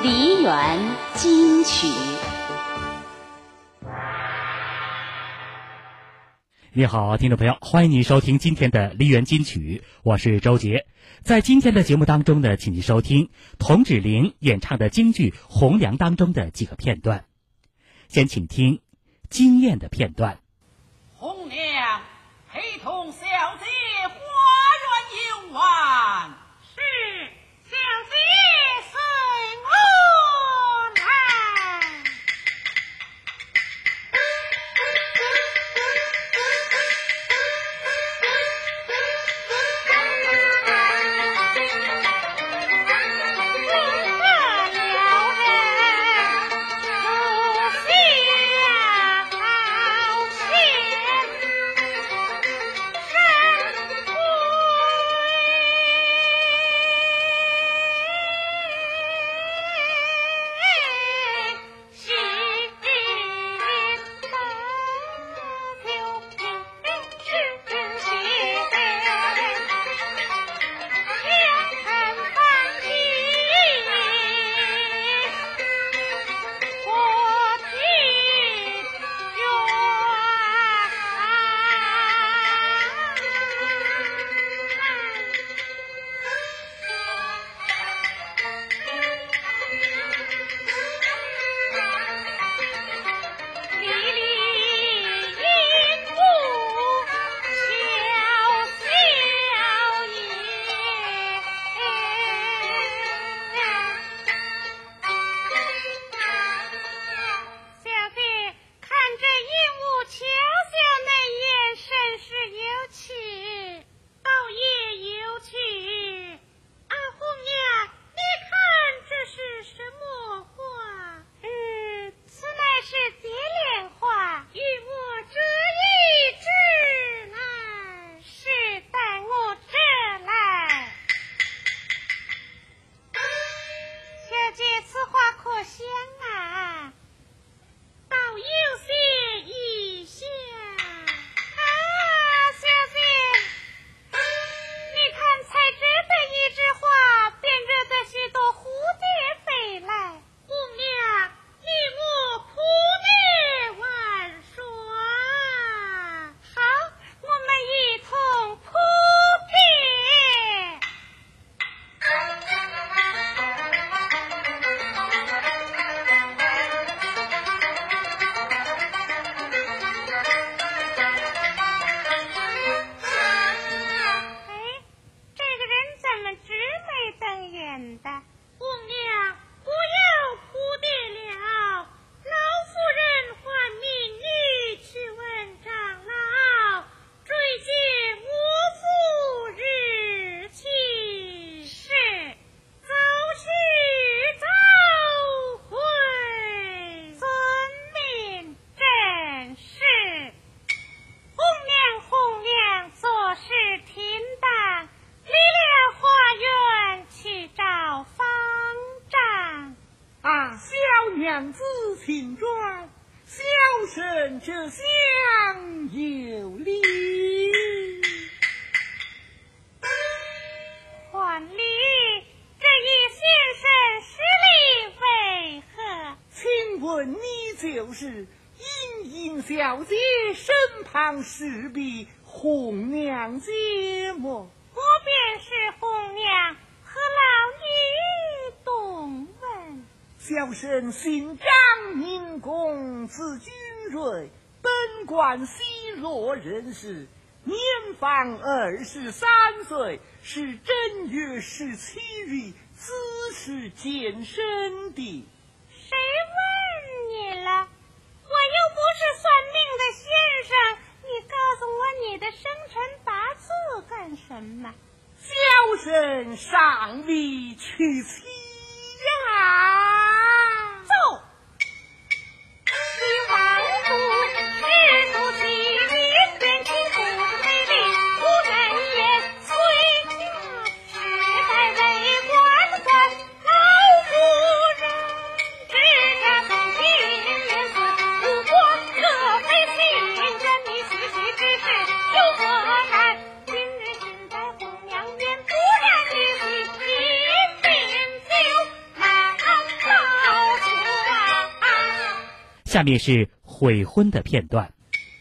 梨园金曲。 你好，听众朋友，欢迎您收听今天的梨园金曲，我是周杰。在今天的节目当中呢，请您收听童芷苓演唱的京剧《红娘》当中的几个片段。先请听惊艳的片段。 红娘陪同小姐花园游玩， 是小姐随我来。 这厢有礼， 还礼，这一先生实力为何？ 请问你就是殷小姐身旁侍婢红娘姐么？ 我便是红娘，何劳你动问？ 小生姓张，名公，字君瑞，本官西洛人士，年方23岁，是正月17日子时健身的。 谁问你了？我又不是算命的先生，你告诉我你的生辰八字干什么？ 小生尚未娶妻呀。 走。你王父是夫妻离，远亲不美丽，无人也虽家世代为官官，老夫人只家从今年死，不过可非信任你细细之事，有何难？今日身在红娘面，不然你一定就难。 下面是悔婚的片段。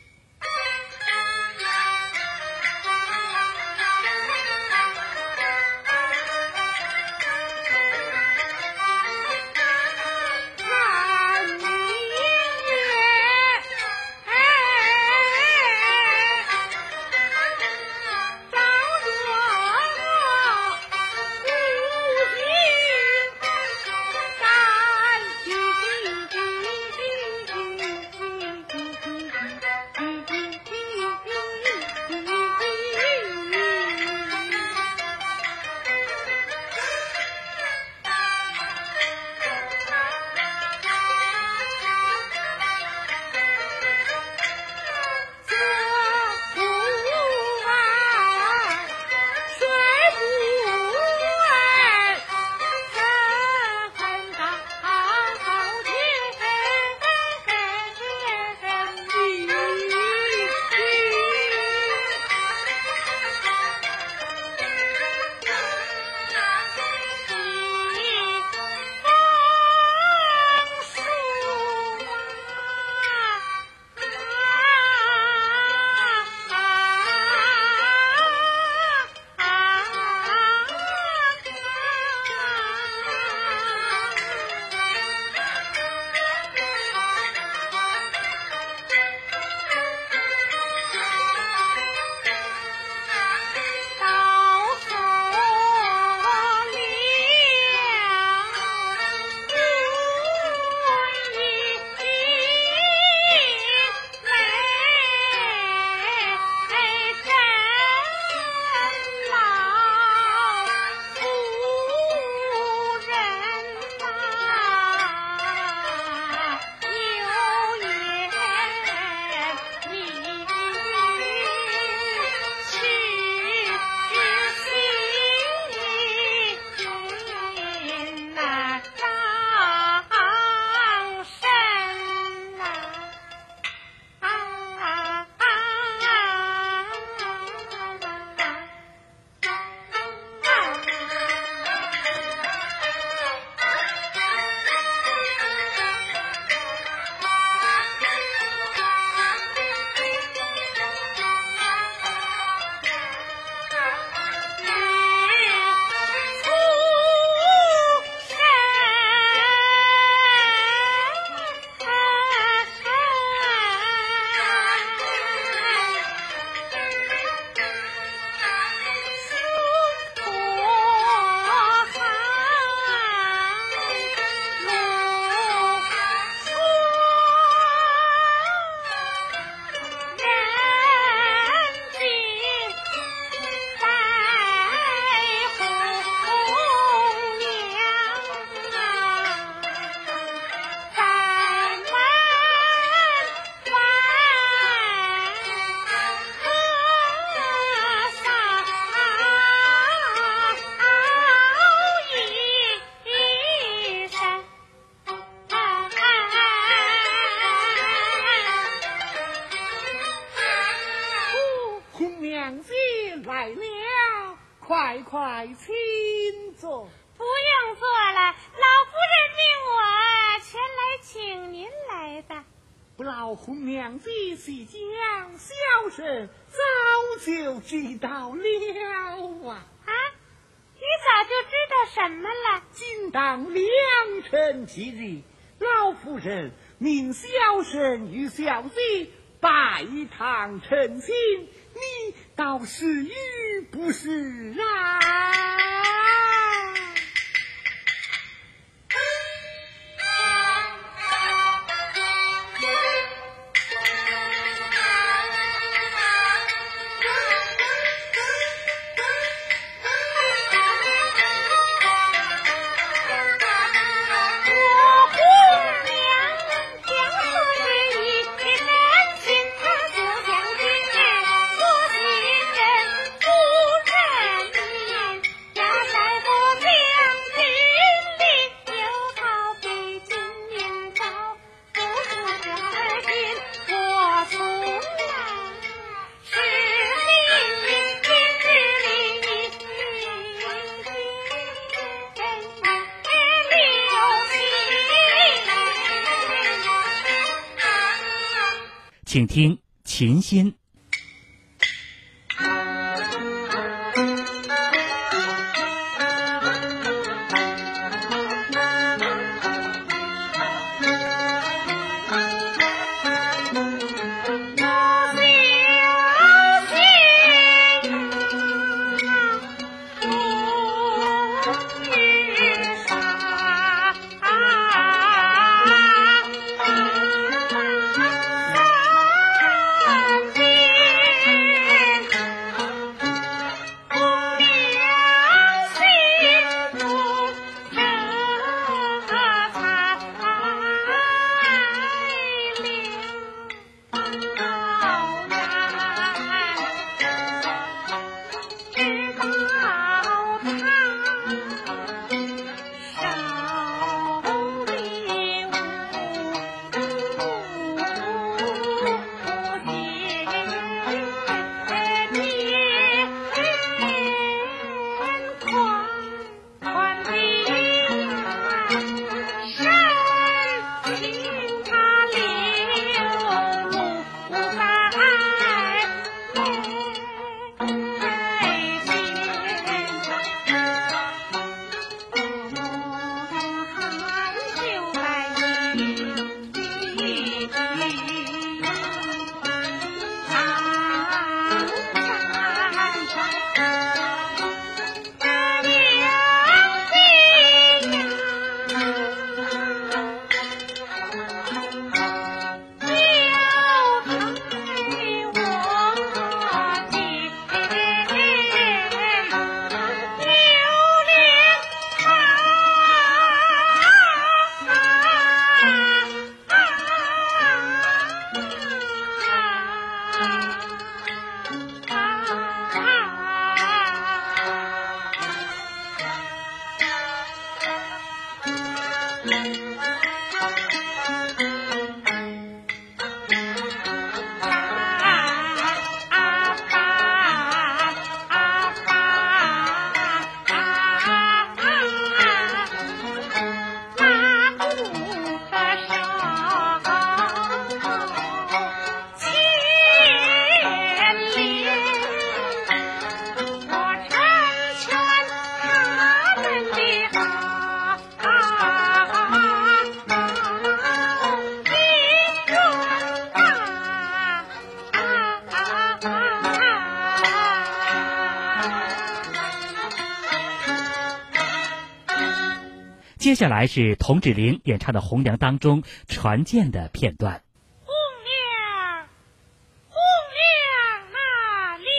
快快请坐。 不用坐了，老夫人命我前来请您来的。 不老夫娘子细讲，小婶早就知道了啊。 啊，你早就知道什么了？ 今当良辰吉日，老夫人命小婶与小姐拜堂成亲，你倒是与不是啊？ 请听琴心。接下来是童芷苓演唱的《红娘》当中传剑的片段。 红娘，红娘哪里？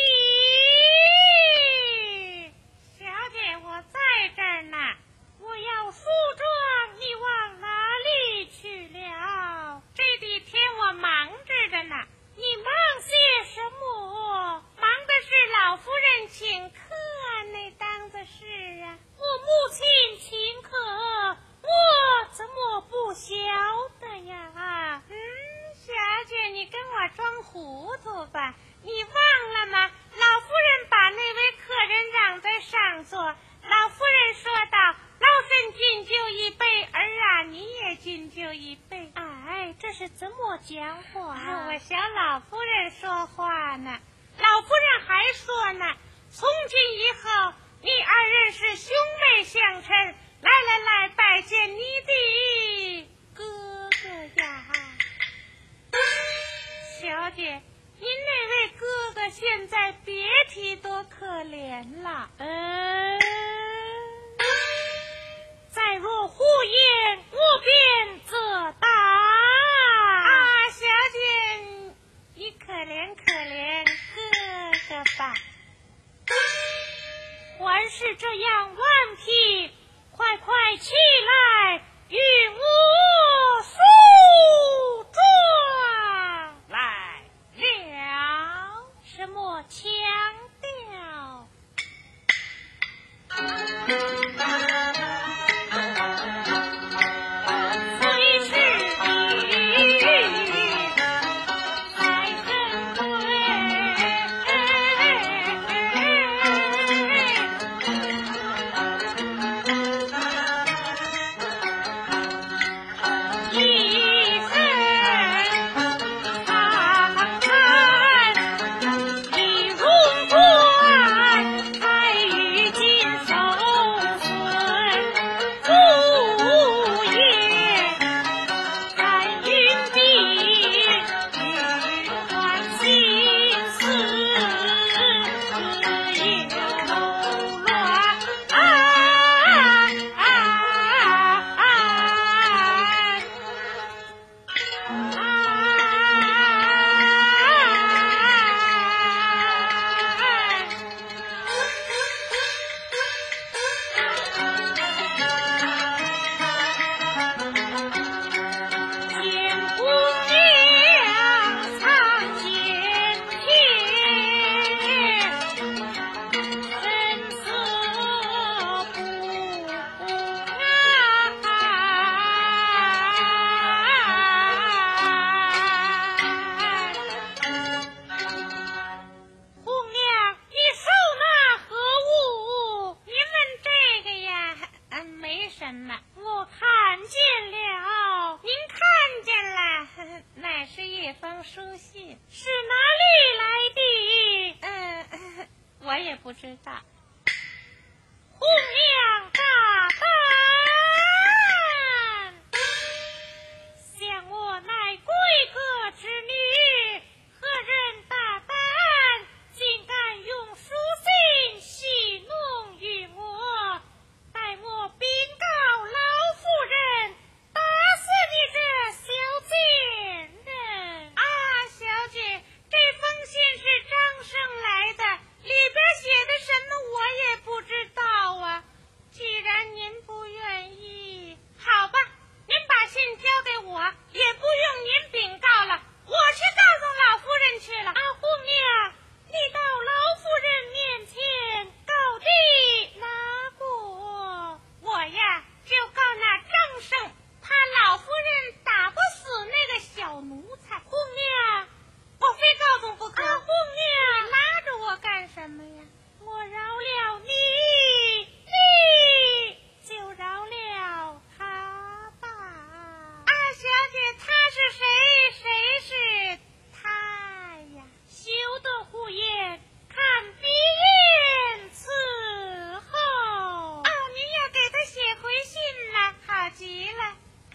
小姐，我在这儿呢。我要梳妆，你往哪里去了？这几天我忙着呢。你忙些什么？忙的是老夫人请客那档子事啊。我母亲请客，我怎么不晓得呀？小姐，你跟我装糊涂吧？你忘了吗？老夫人把那位客人让在上座，老夫人说道：“老身敬酒一杯，儿啊，你也敬酒一杯。”哎，这是怎么讲话啊？我小老夫人说话呢。老夫人还说呢，从今以后你二人是兄妹相称，来，拜见你的哥哥呀。小姐，您那位哥哥现在别提多可怜了。再若胡言，我便责打。小姐，你可怜哥哥吧。还是这样顽皮，快起来，与我梳妆来了。什么腔调？虽是你才珍贵。一生知道。红娘大胆，想我乃贵客之女，何人大胆，竟敢用书信戏弄于我，待我禀告老夫人，打死你这小贱人！啊，小姐，这封信是张生来的，里边写的什么我也不知道啊。既然您不愿意，好吧，您把信交给我，也不用您禀告了，我去告诉老夫人去了。啊，红娘，你到老夫人面前告地拿过，我呀就告那张生，怕老夫人打不死那个小奴才。红娘，我非告诉不可。啊，红娘，你拉着我干什么呀？我饶了你，你就饶了他吧。啊，小姐，他是谁？谁是他呀？休得胡言，看鼻烟伺候。啊，您要给他写回信来，好极了。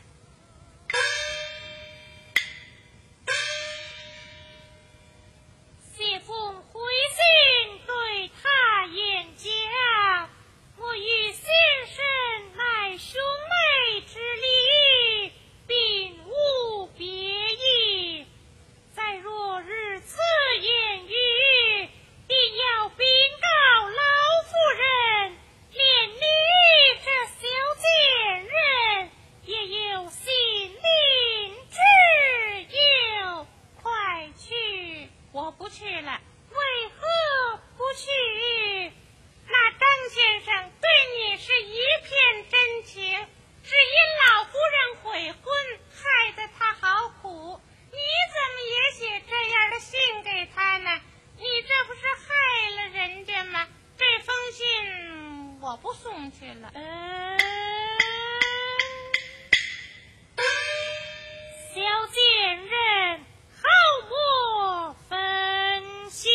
写封回信对他言讲，我与先生乃兄妹之礼，并无别意。再若日此言语，定要禀告老夫人，连你这小贱人也有心灵之忧。快去！我不去了。为何不去？那张先生对你是一片真情，只因老夫人悔婚，害得他好苦。你怎么也写这样的信给他呢？你这不是害了人家吗？这封信我不送去了。小贱人，好莫分晓。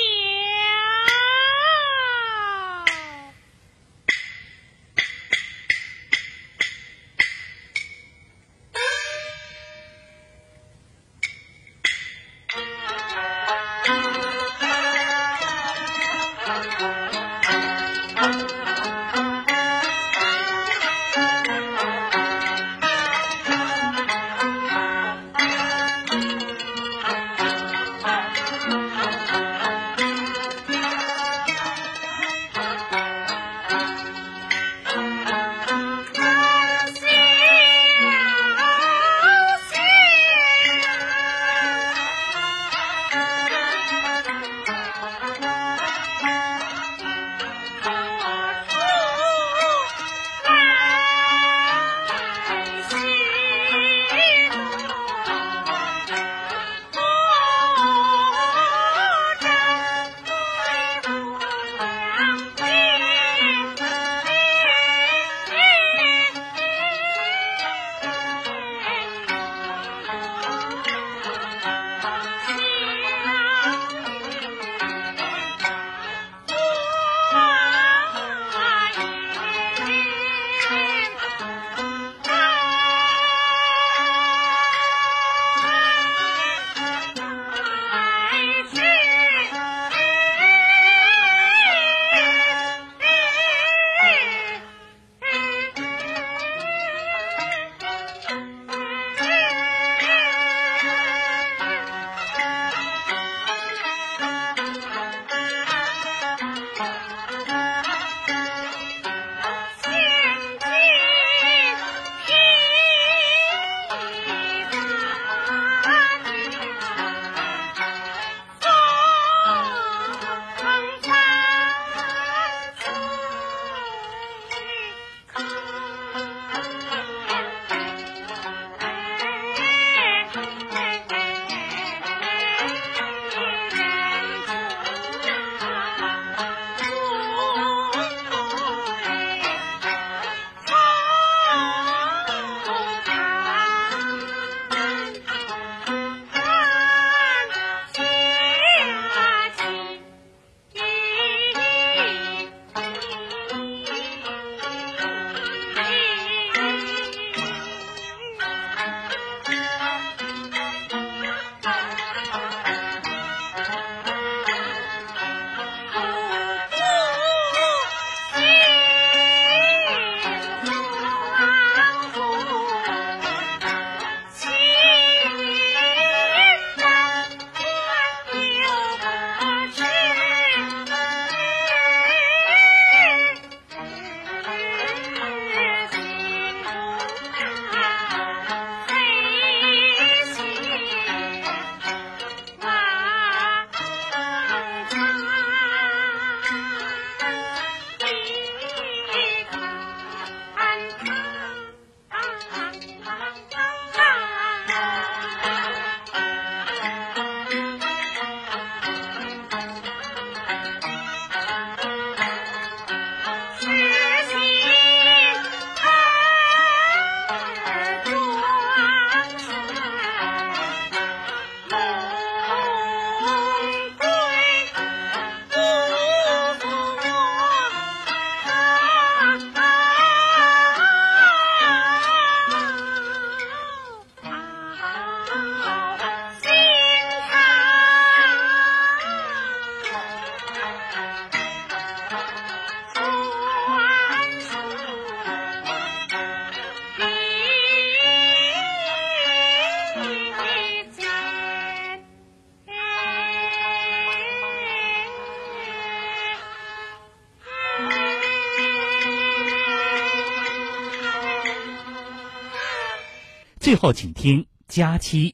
最后请听佳期。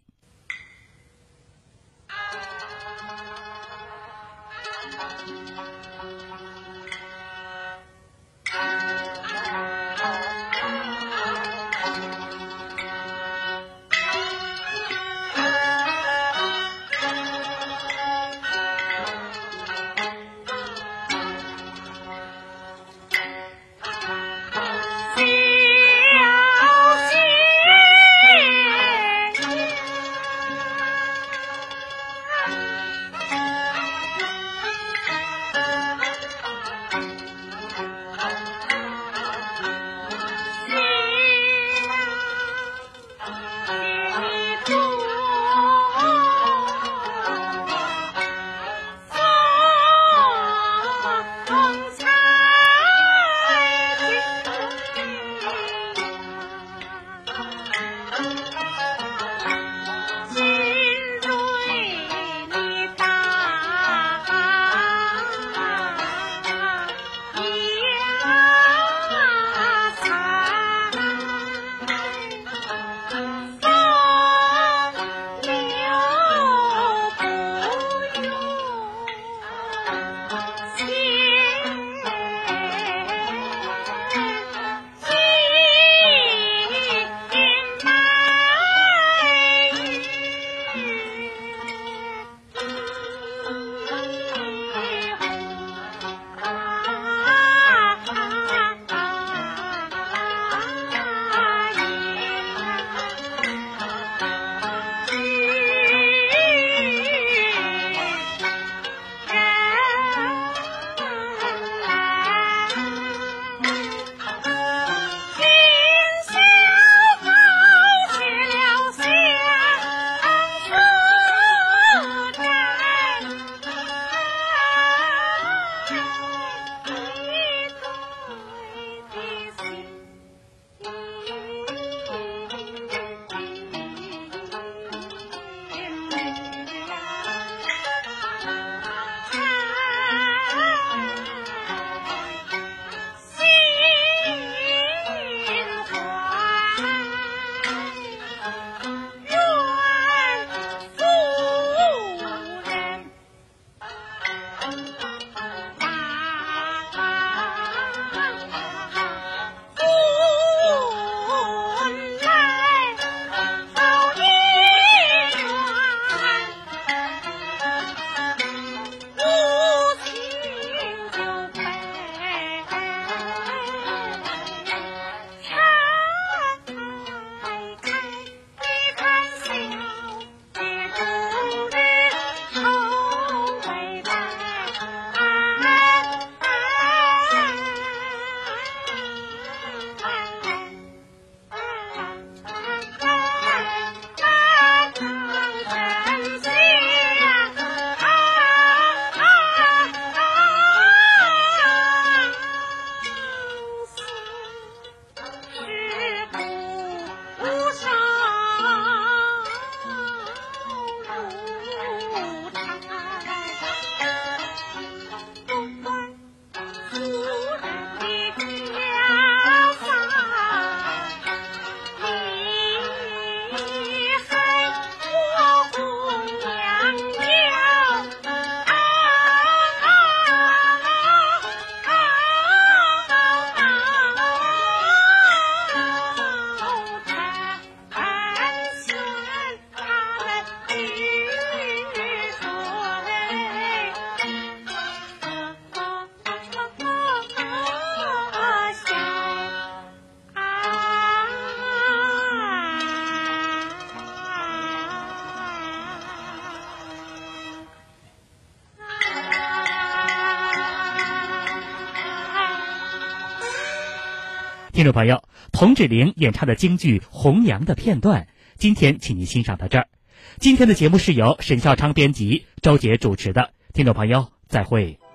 听众朋友，童芷苓演唱的京剧《红娘》的片段，今天请您欣赏到这儿。今天的节目是由沈孝昌编辑，周杰主持的。听众朋友，再会。